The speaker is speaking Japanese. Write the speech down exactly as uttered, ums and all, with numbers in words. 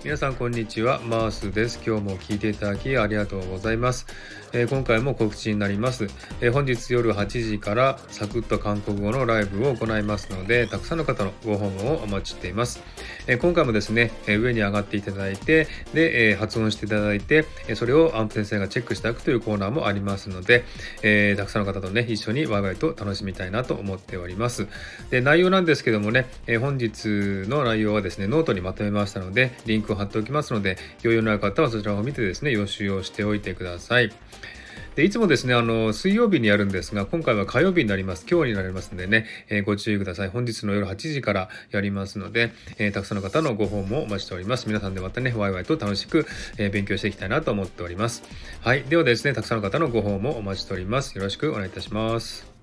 皆さんこんにちは、マースです。今日も聞いていただきありがとうございます。えー今回も告知になります、えー本日夜はちじからサクッと韓国語のライブを行いますので、たくさんの方のご訪問をお待ちしています。えー今回もですね、えー上に上がっていただいて、で、えー発音していただいて、えーそれをアンプ先生がチェックしていただくというコーナーもありますので、えーたくさんの方とね、一緒にワイワイと楽しみたいなと思っております。で、内容なんですけどもね、えー本日の内容はですね、ノートにまとめましたので、リンクを貼っておきますので、余裕のある方はそちらを見てですね、予習をしておいてください。で、いつもですね、あの、水曜日にやるんですが、今回は火曜日になります。今日になりますのでね、えーご注意ください。本日の夜はちじからやりますので、えーたくさんの方のご訪問をお待ちしております。皆さんでまたね、ワイワイと楽しく、えー勉強していきたいなと思っております。はい。ではですね、たくさんの方のご訪問をお待ちしております。よろしくお願いいたします。